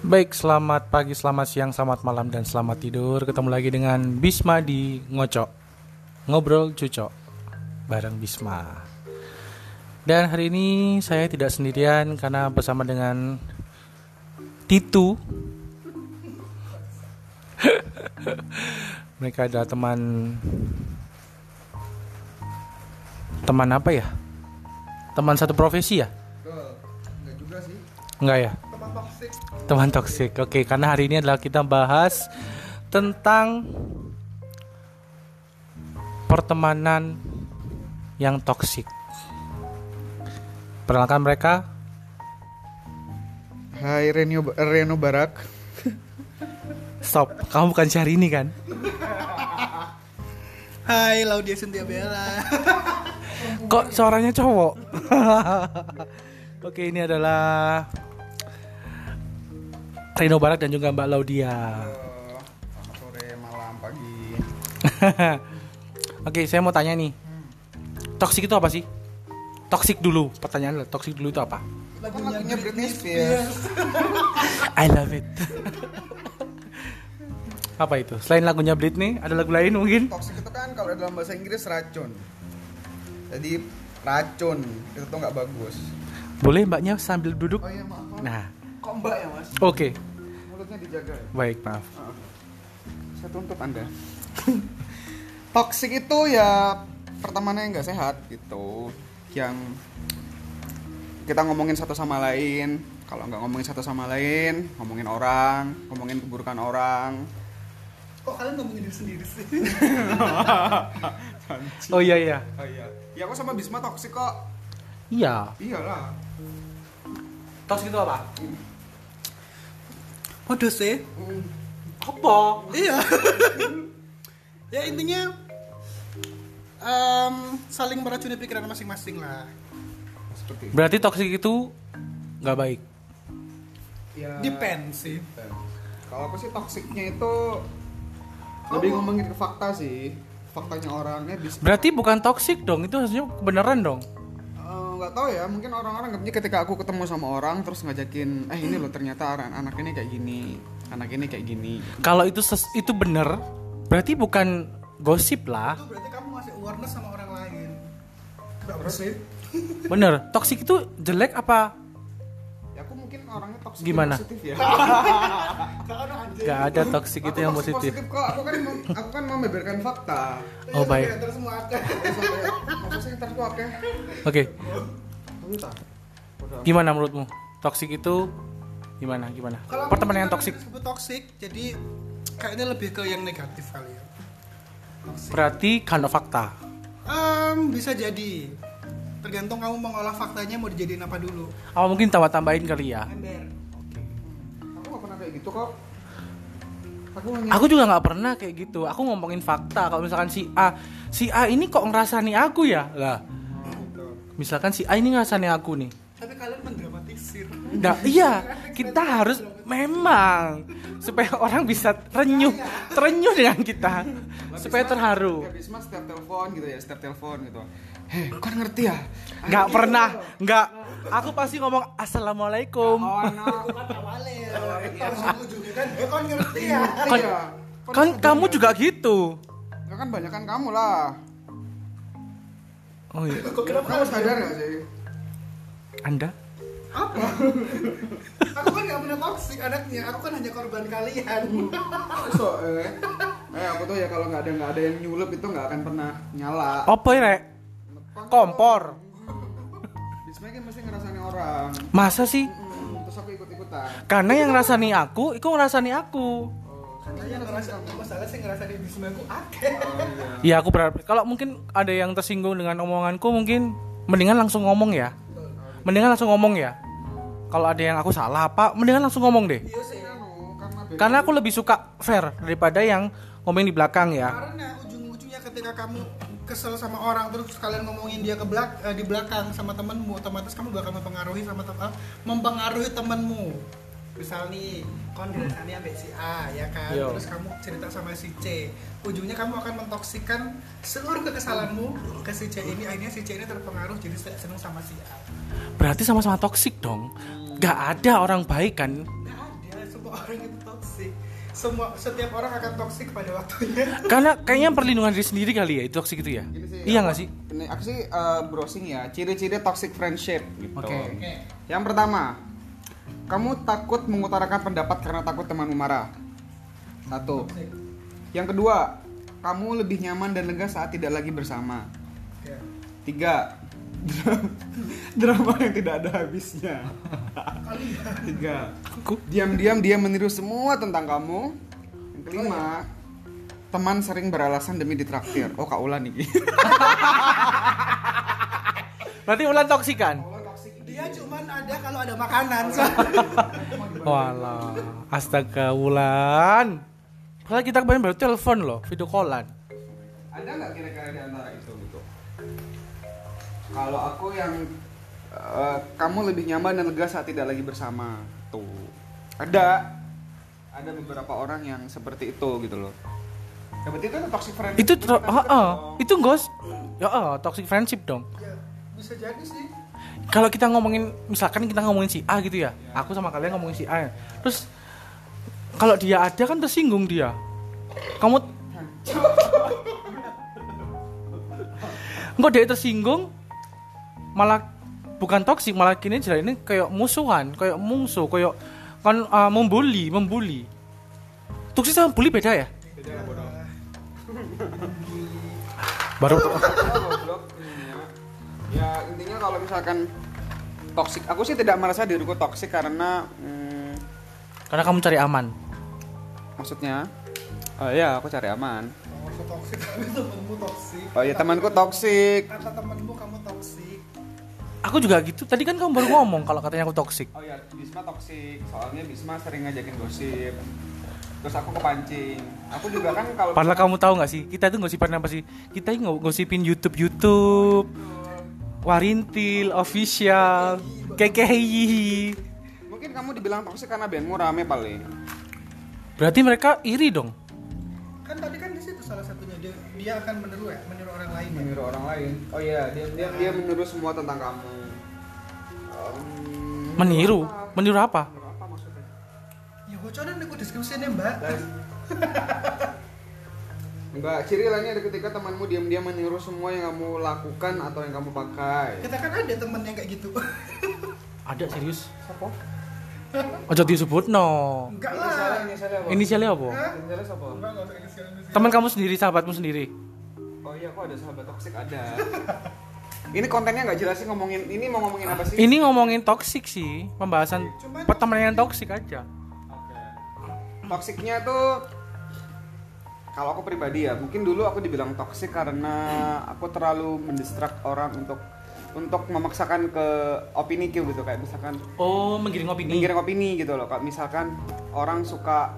Baik, selamat pagi, selamat siang, selamat malam, dan selamat tidur. Ketemu lagi dengan Bisma di Ngocok, Ngobrol Cucok bareng Bisma. Dan hari ini saya tidak sendirian karena bersama dengan Titu. Mereka adalah teman apa ya? Teman satu profesi ya? Enggak juga sih. Enggak ya? Teman toksik. Oke, karena hari ini adalah kita bahas tentang pertemanan yang toksik. Perkenalkan mereka. Hai Reno Barak. Stop, kamu bukan Syahrini kan? Hai Laudia Cynthia Bella. Kok suaranya cowok? Oke, ini adalah Reno Barak dan juga Mbak Laudia. Sore, malam, pagi. Oke, saya mau tanya nih. Toksik itu apa sih? Toksik dulu. Pertanyaannya, toksik dulu itu apa? Lagunya Britney Spears. I love it. Apa itu? Selain lagunya Britney, ada lagu lain mungkin? Toxic itu kan kalau dalam bahasa Inggris racun. Jadi racun itu tuh nggak bagus. Boleh mbaknya sambil duduk? Oh iya maaf. Nah, Kok mbak ya mas? oke. Mulutnya dijaga ya? Baik, maaf. Saya tuntut anda. Toxic itu ya pertemanan yang nggak sehat gitu. Yang kita ngomongin satu sama lain. Kalau nggak ngomongin satu sama lain, ngomongin orang, ngomongin keburukan orang. Kok kalian ngomongin diri sendiri sih? Oh iya iya. Oh iya. Ya aku sama Bisma toksik kok. Iya. Iyalah. Toksik itu apa? Waduh sih. Apa? Iya. Ya intinya saling meracuni pikiran masing-masing lah. Seperti itu. Berarti toksik itu nggak baik. Ya, Depend sih. kalau aku sih toksiknya itu lebih ngomongin ke fakta sih. Faktanya orangnya bisa. Berarti bukan toksik dong, itu harusnya beneran dong. Nggak tahu ya, mungkin orang-orang ngerti ketika aku ketemu sama orang terus ngajakin, ini loh ternyata anak ini kayak gini, anak ini kayak gini. Kalau itu bener, berarti bukan gosip lah. Itu berarti kamu ngasih awareness sama orang lain. Berapa sih? Bener, toksik itu jelek apa? Ya aku mungkin orangnya toksik Gimana? positif ya. Gak ada toksik itu yang Aku positif. kok. Aku kan membeberkan fakta. Oh baik. Terus semua ada. Masa sih ntar tuh oke. Oke, gimana menurutmu? Toksik itu gimana? Kalau Pertemanan yang toksik. disebut toksik, jadi kayaknya lebih ke yang negatif kali ya. Berarti karena fakta. Bisa jadi. Tergantung kamu mengolah faktanya mau dijadiin apa dulu. Oh mungkin tambah-tambahin kali ya. Ember. Aku gak pernah kayak gitu kok. Aku juga nggak pernah kayak gitu. Aku ngomongin fakta. Kalau misalkan si A ini kok ngerasani aku ya lah. Misalkan si A ini ngerasani aku nih. Tapi kalian mendramatisir. Nah, iya, kita harus memang supaya orang bisa terenyuh dengan kita, supaya terharu. Ya Bisma setiap telepon gitu. Kau ngerti ya? Nggak pernah, nggak. Aku pasti ngomong assalamualaikum. Oh no. Bukan awalnya. Kamu juga kan. Kau ngerti ya. Kan kamu juga gitu. Ya kan banyak kan kamu lah. Oh iya. Kamu sadar gak sih? Anda? Apa? Aku kan gak pernah toksik anaknya. Aku kan hanya korban kalian. Aku tuh ya kalau nggak ada yang nyulup itu nggak akan pernah nyala. Apa ya, Rek? Kompor. Bisma kan mesti ngerasani orang. Masa sih? Terus aku ikut-ikutan. Karena yang ngerasani aku, itu ngerasani aku. Katanya ngerasa masalah sih ngerasa di bisma aku akeh. Ya aku berharap kalau mungkin ada yang tersinggung dengan omonganku mungkin mendingan langsung ngomong ya. Kalau ada yang aku salah apa, mendingan langsung ngomong deh. Iya sih. Karena aku lebih suka fair daripada yang ngomong di belakang ya. Karena ujung-ujungnya ketika kamu kesel sama orang terus kalian ngomongin dia di belakang sama temenmu, otomatis kamu bakal mempengaruhi temenmu. Misal nih, kon dirasani ambek si A ya kan, Yo. terus kamu cerita sama si C, ujungnya kamu akan mentoksikan seluruh kekesalanmu ke si C ini, akhirnya si C ini terpengaruh jadi seneng sama si A. Berarti sama-sama toksik dong. Gak ada orang baik kan? Nggak ada, semua orang itu toksik. Setiap orang akan toksik pada waktunya. Karena kayaknya perlindungan diri sendiri kali ya itu toksik itu ya. Gini sih, Iya nggak sih? Ini aku sih browsing ya, ciri-ciri toxic friendship gitu. Oke. Yang pertama, kamu takut mengutarakan pendapat karena takut temanmu marah. 1. Yang kedua, kamu lebih nyaman dan lega saat tidak lagi bersama. 3. Drama yang tidak ada habisnya. 3. Diam-diam dia meniru semua tentang kamu. Yang kelima, teman sering beralasan demi ditraktir. Oh, Kak Ulan nih. Berarti Ulan toksik kan? Dia cuman ada kalau ada makanan. Walah, astaga Ulan. Padahal kita kemarin baru telepon loh, video callan. Ada nggak kira-kira di antara itu gitu? Kalau aku yang kamu lebih nyaman dan lega saat tidak lagi bersama, tuh ada beberapa orang yang seperti itu gitu loh. Ya, berarti itu toxic friendship. Itu itu gos, toxic friendship dong. Ya, bisa jadi sih. Kalau kita ngomongin, misalkan kita ngomongin si A gitu ya, aku sama kalian ngomongin si A, terus kalau dia ada kan tersinggung dia. Kamu Enggak, dia tersinggung malah bukan toksik, malah kini jadi ini kayak musuhan, kayak musuh, kayak kan membuli. Toksik sama bully beda ya? Beda lah bodoh. Baru Goblok intinya. Ya intinya kalau misalkan toksik, aku sih tidak merasa diriku toksik karena karena kamu cari aman. maksudnya ya aku cari aman. Aku toksik, tapi temenmu toksik. Oh iya, temanku toksik. Kata temenmu kamu toksik. Aku juga gitu. Tadi kan kamu baru ngomong kalau katanya aku toksik. Oh iya, Bisma toksik. Soalnya Bisma sering ngajakin gosip. Terus aku kepancing. Aku juga kan kalau Padahal kamu tahu nggak sih, kita itu gosipin apa sih? Kita ini gosipin YouTube, Warintil, official, KKI. mungkin kamu dibilang toksik karena bandmu rame paling. Berarti mereka iri dong. Kan tadi kan di situ salah satunya dia akan meniru orang lain. Meniru orang lain. Oh iya, dia meniru semua tentang kamu. Meniru apa? Meniru apa maksudnya? Ya bocoran aku deskripsinya Mbak. Enggak, ciri lainnya ada ketika temanmu diam-diam meniru semua yang kamu lakukan atau yang kamu pakai. Kita kan ada temen yang kayak gitu. Ada serius? Siapa? Ojo disebut no. Enggak lah. Inisialnya apa? Inisialnya apa? Inisialnya siapa? Enggak usah inisialnya. Teman kamu sendiri, sahabatmu sendiri. Oh iya, kok ada sahabat toksik ada. Ini kontennya nggak jelas sih ngomongin. Ini mau ngomongin apa sih? Ini ngomongin toksik sih, pembahasan pertemanan yang toksik aja. Toksiknya tuh kalau aku pribadi ya, mungkin dulu aku dibilang toksik karena aku terlalu mendistrak orang untuk memaksakan ke opini gitu, kayak misalkan Oh, menggiring opini. menggiring opini gitu loh. Kayak misalkan orang suka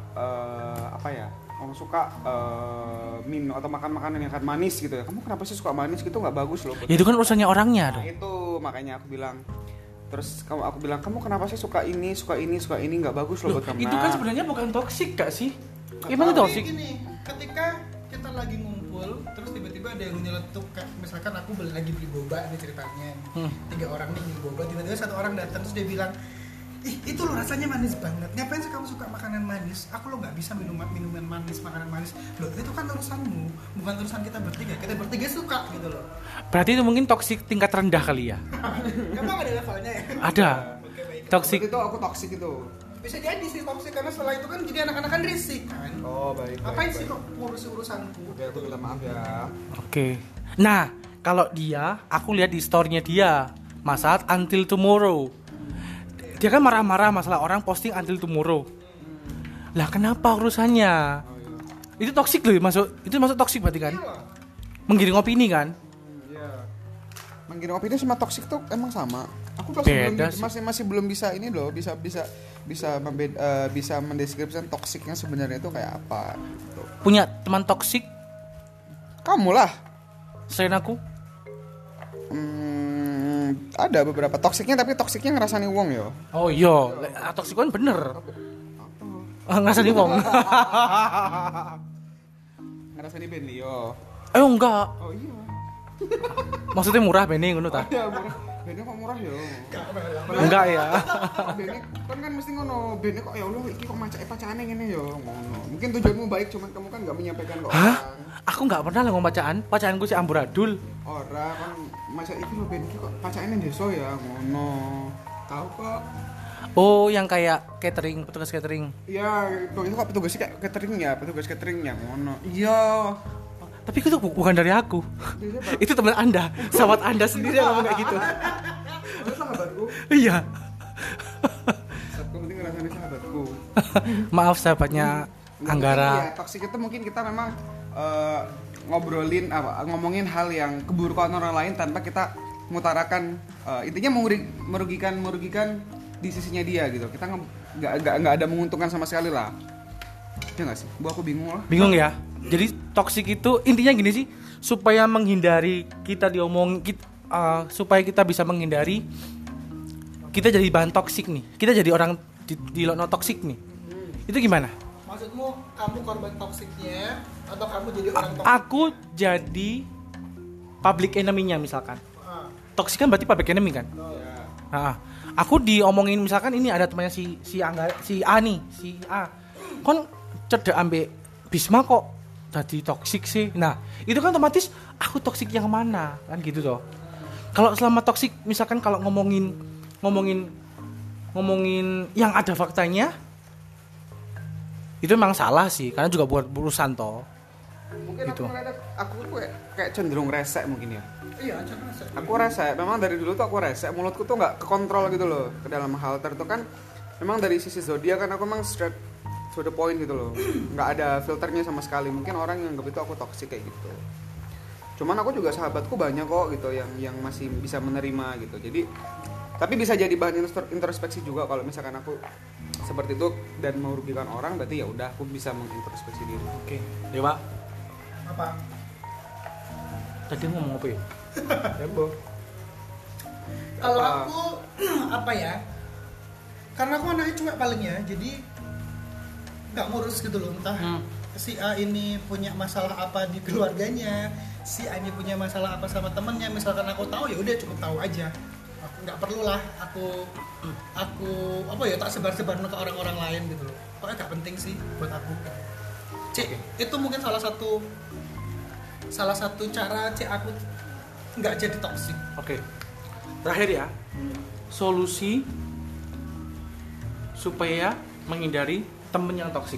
orang suka minum atau makan makanan yang kan manis gitu ya. Kamu kenapa sih suka manis gitu, nggak bagus loh. Ya itu kan urusannya orangnya Nah, dong. itu makanya aku bilang. Terus aku bilang, kamu kenapa sih suka ini nggak bagus loh buat kamu. Itu kan sebenarnya bukan toksik gak sih? Gimana Tapi toksik? gini, ketika kita lagi ngumpul, terus tiba-tiba ada yang nyeletuk, misalkan aku lagi beli boba nih ceritanya, 3 orang nih beli boba, tiba-tiba 1 orang datang terus dia bilang, ih itu loh rasanya manis banget, ngapain sih kamu suka makanan manis? Aku lo nggak bisa minuman manis, makanan manis. Loh itu kan urusanmu, bukan urusan kita bertiga suka gitu loh. Berarti itu mungkin toksik tingkat rendah kali ya? Emang ada levelnya ya? Ada. Oke, baik. Toksik. Itu aku toksik itu. Bisa jadi sih toksik karena setelah itu kan jadi anak-anak kan risik kan. Oh baik. Ngapain sih kok ngurusi urusanku? Oke, aku minta maaf ya. Oke. Nah, kalau dia, aku lihat di story-nya dia, Masaat Until Tomorrow. Dia kan marah-marah masalah orang posting Until Tomorrow. Lah kenapa urusannya? Itu toksik loh, itu masuk toksik berarti kan? Iyalah. Menggiring opini kan? Iya. Menggiring opini sama toksik tuh emang sama. Aku Beda sih. masih belum bisa ini loh, bisa mendeskripsikan toksiknya sebenarnya itu kayak apa. Gitu. Punya teman toksik Kamu lah. selain aku? Ada beberapa toksiknya, tapi toksiknya ngerasani wong yo. Oh iya, toksik kan bener. Ngerasani wong. Ngerasani Ben yo. Enggak. Oh iya. Maksudnya murah bening ngono ta? Iya, murah. Bene kok murah ya? Enggak ya. Bene kan mesti ngono. Bene kok ya Allah iki kok macake pacane ngene ya ngono. Mungkin tujuanmu baik cuman kamu kan enggak menyampaikan ke Hah? orang. Aku nggak pernah lah ngomong bacaan. Bacaanku si amburadul. Ora kan masa iki lho Bene iki kok pacake nang desa ya ngono. Tahu kok. Oh, yang kayak catering, petugas catering. Iya, itu kok petugasnya kayak catering ya, petugas catering ya ngono. Iya. Tapi itu bukan dari aku. Itu teman Anda, sahabat Anda sendiri yang ngomong kayak gitu. Itu sahabatku. Iya. Sahabatku penting rasanya sahabatku. Maaf sahabatnya Anggara. Iya, toksik itu mungkin kita memang ngomongin hal yang keburukan orang lain tanpa kita mengutarakan intinya merugikan di sisinya dia gitu. Kita nggak ada menguntungkan sama sekali lah. Ya nggak sih? Aku bingung lah. Bingung ya? Jadi toksik itu intinya gini sih, supaya menghindari kita supaya kita bisa menghindari kita jadi bahan toksik nih. Kita jadi orang di lokno toksik nih. Itu gimana? Maksudmu kamu korban toksiknya atau kamu jadi orang toksik? Aku jadi public enemy-nya misalkan. Toksik kan berarti public enemy kan? Nah, aku diomongin misalkan ini ada temannya si A nih, si A. Kon cedek ambek Bisma kok jadi toksik sih. Nah, itu kan otomatis aku toksik yang mana? Kan gitu toh. Kalau selama toksik misalkan kalau ngomongin yang ada faktanya itu memang salah sih, karena juga buat urusan toh. Mungkin Gitu. aku tuh kayak cenderung resek mungkin ya. Iya, jangan rasa. Aku resek, memang dari dulu tuh aku resek, mulutku tuh nggak kekontrol gitu loh ke dalam hal tertentu kan. Memang dari sisi zodiak kan aku memang straight to the point gitu loh, nggak ada filternya sama sekali. Mungkin orang yang nggak itu aku toksik kayak gitu. Cuman aku juga sahabatku banyak kok gitu yang masih bisa menerima gitu. Jadi tapi bisa jadi bahan introspeksi juga kalau misalkan aku seperti itu dan merugikan orang, berarti ya udah aku bisa mengintrospeksi diri. Oke, Dewa. Apa? Tadi ngomong apa ya? Tembo. Kalau Apa? aku apa ya? Karena aku anaknya cuek paling ya, jadi nggak ngurus gitu loh, entah si A ini punya masalah apa di keluarganya, si A ini punya masalah apa sama temennya. Misalkan aku tahu ya udah cukup tahu aja, nggak perlulah aku apa ya tak sebar-sebar ke orang-orang lain gitu loh. Pokoknya nggak penting sih buat aku. Itu mungkin salah satu cara aku nggak jadi toksik. Oke. Terakhir ya. Solusi supaya menghindari temen yang toksik.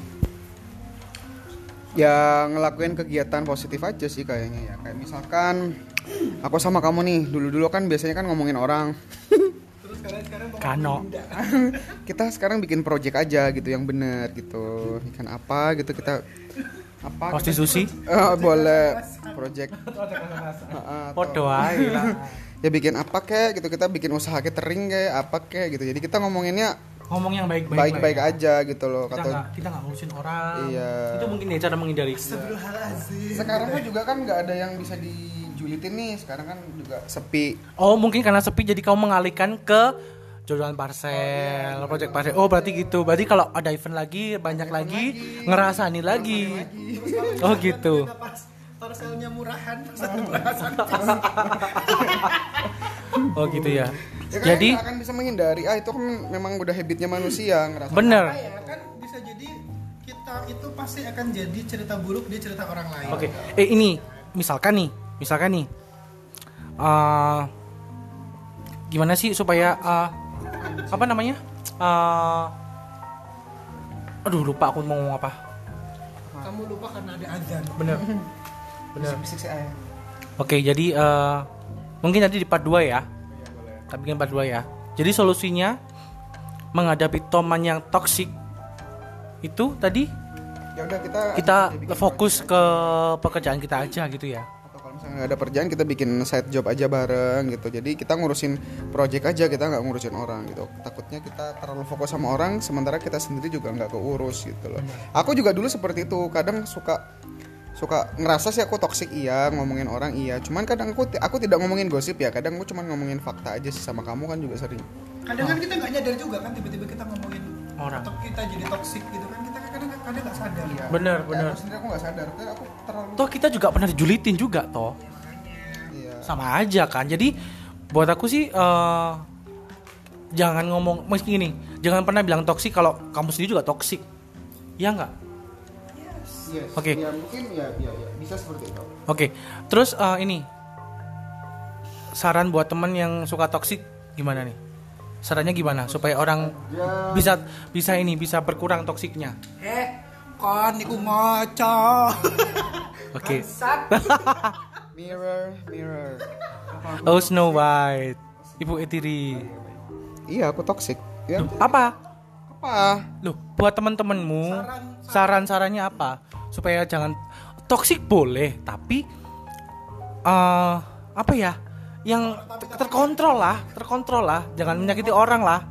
Ya ngelakuin kegiatan positif aja sih kayaknya ya. Kayak misalkan aku sama kamu nih, dulu kan biasanya kan ngomongin orang. Terus sekarang Kano. Kita sekarang bikin project aja gitu yang bener gitu. Bikin apa gitu kita apa? Prostitusi. Boleh project. Podo ae lah. Ya bikin apa kek gitu, kita bikin usaha catering kayak apa kek gitu. Jadi kita ngomonginnya Ngomong yang baik-baik baik-baik lah ya. aja gitu loh. Kita nggak ngurusin orang. Iya. Itu mungkin ya cara menghindari. Sekarang kan juga kan nggak ada yang bisa dijulitin nih. Sekarang kan juga sepi. Oh, mungkin karena sepi jadi kamu mengalihkan ke jualan parcel, project parcel. Oh, berarti gitu. Berarti kalau ada event lagi, banyak lagi, ngerasani lagi. Oh, gitu. Parcelnya murahan, Oh, gitu ya. Ya kan Jadi nggak akan bisa menghindari. Itu kan memang udah habitnya manusia ngerasa. bener. ya kan bisa jadi kita itu pasti akan jadi cerita buruk di cerita orang lain. Oke. Ini misalkan nih. Gimana sih supaya apa namanya? Aduh, lupa aku mau ngomong apa. Kamu lupa karena ada azan. Bener. Bisik sih ayah. Oke, jadi mungkin nanti di part 2 ya. Kita bikin part 2 ya. Jadi solusinya menghadapi teman yang toksik itu tadi Ya udah kita bikin fokus ke pekerjaan kita aja gitu ya. atau kalau misalnya nggak ada kerjaan kita bikin side job aja bareng gitu. Jadi kita ngurusin project aja, kita nggak ngurusin orang gitu. Takutnya kita terlalu fokus sama orang sementara kita sendiri juga nggak keurus gitu loh. Aku juga dulu seperti itu, kadang suka ngerasa sih aku toksik iya, ngomongin orang iya. Cuman kadang aku tidak ngomongin gosip ya, kadang aku cuma ngomongin fakta aja sih. Sama kamu kan juga sering. Kadang kan kita nggak nyadar juga kan tiba-tiba kita ngomongin Orang. atau kita jadi toksik gitu kan, kita kadang nggak sadar ya. Bener. Aku sendiri aku nggak sadar, aku terlalu Toh kita juga pernah dijulitin juga toh. iya. Sama aja kan. Jadi Buat aku sih jangan ngomong meski gini, jangan pernah bilang toksik kalau kamu sendiri juga toksik. Ya enggak? Yes. Oke. Ya mungkin ya bisa seperti itu. Oke. Terus ini saran buat temen yang suka toksik gimana nih? Sarannya gimana supaya orang bisa berkurang toksiknya? Kon iku ngoco. Oke. Mirror. Oh Snow White, Ibu Etiri. Iya, aku toxic. Ya. Apa? Loh, Buat teman-temanmu saran-sarannya apa? Supaya jangan toksik boleh, tapi apa ya? Yang terkontrol lah, jangan menyakiti orang lah.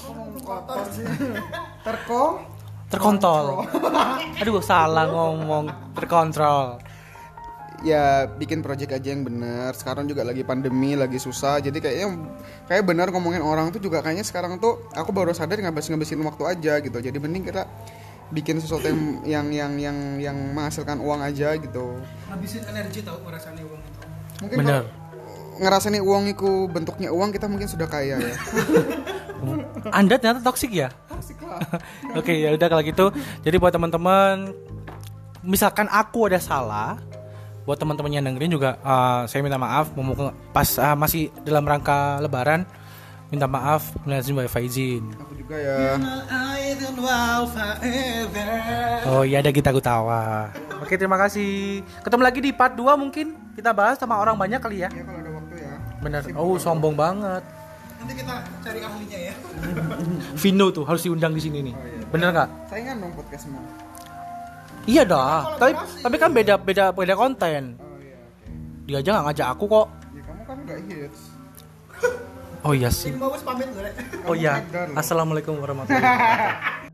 Terkontrol. Aduh, salah ngomong. Terkontrol. Ya bikin project aja yang bener. Sekarang juga lagi pandemi, lagi susah. Jadi kayak bener ngomongin orang tuh juga kayaknya sekarang tuh aku baru sadar ngabisin waktu aja gitu. Jadi mending kita bikin sesuatu yang menghasilkan uang aja gitu. Habisin energi tau ngerasain uang itu. Mungkin Bener. ngerasain uang itu bentuknya uang, kita mungkin sudah kaya ya. Anda ternyata toksik ya? Toxic lah. Oke, ya udah kalau gitu. Jadi buat teman-teman, misalkan aku ada salah, buat teman-teman yang dengerin juga saya minta maaf pas masih dalam rangka lebaran, minta maaf minazin wa faizin. Aku juga ya. Oh iya, ada kita Gutawa. Oke, terima kasih. Ketemu lagi di part 2 mungkin kita bahas sama orang banyak kali ya. Ya kalau ada waktu ya. Bener. Oh, sombong banget. Nanti kita cari ahlinya ya. Vino tuh harus diundang di sini nih. Oh, iya. Bener nggak? Saingan dong podcastmu. Iya dah. Tapi kan beda konten. Oh iya, oke. Dia aja nggak ngajak aku kok. Ya kamu kan nggak hits. Oh iya sih. Tim bagus pamit gue. Oh iya. Assalamualaikum warahmatullahi wabarakatuh.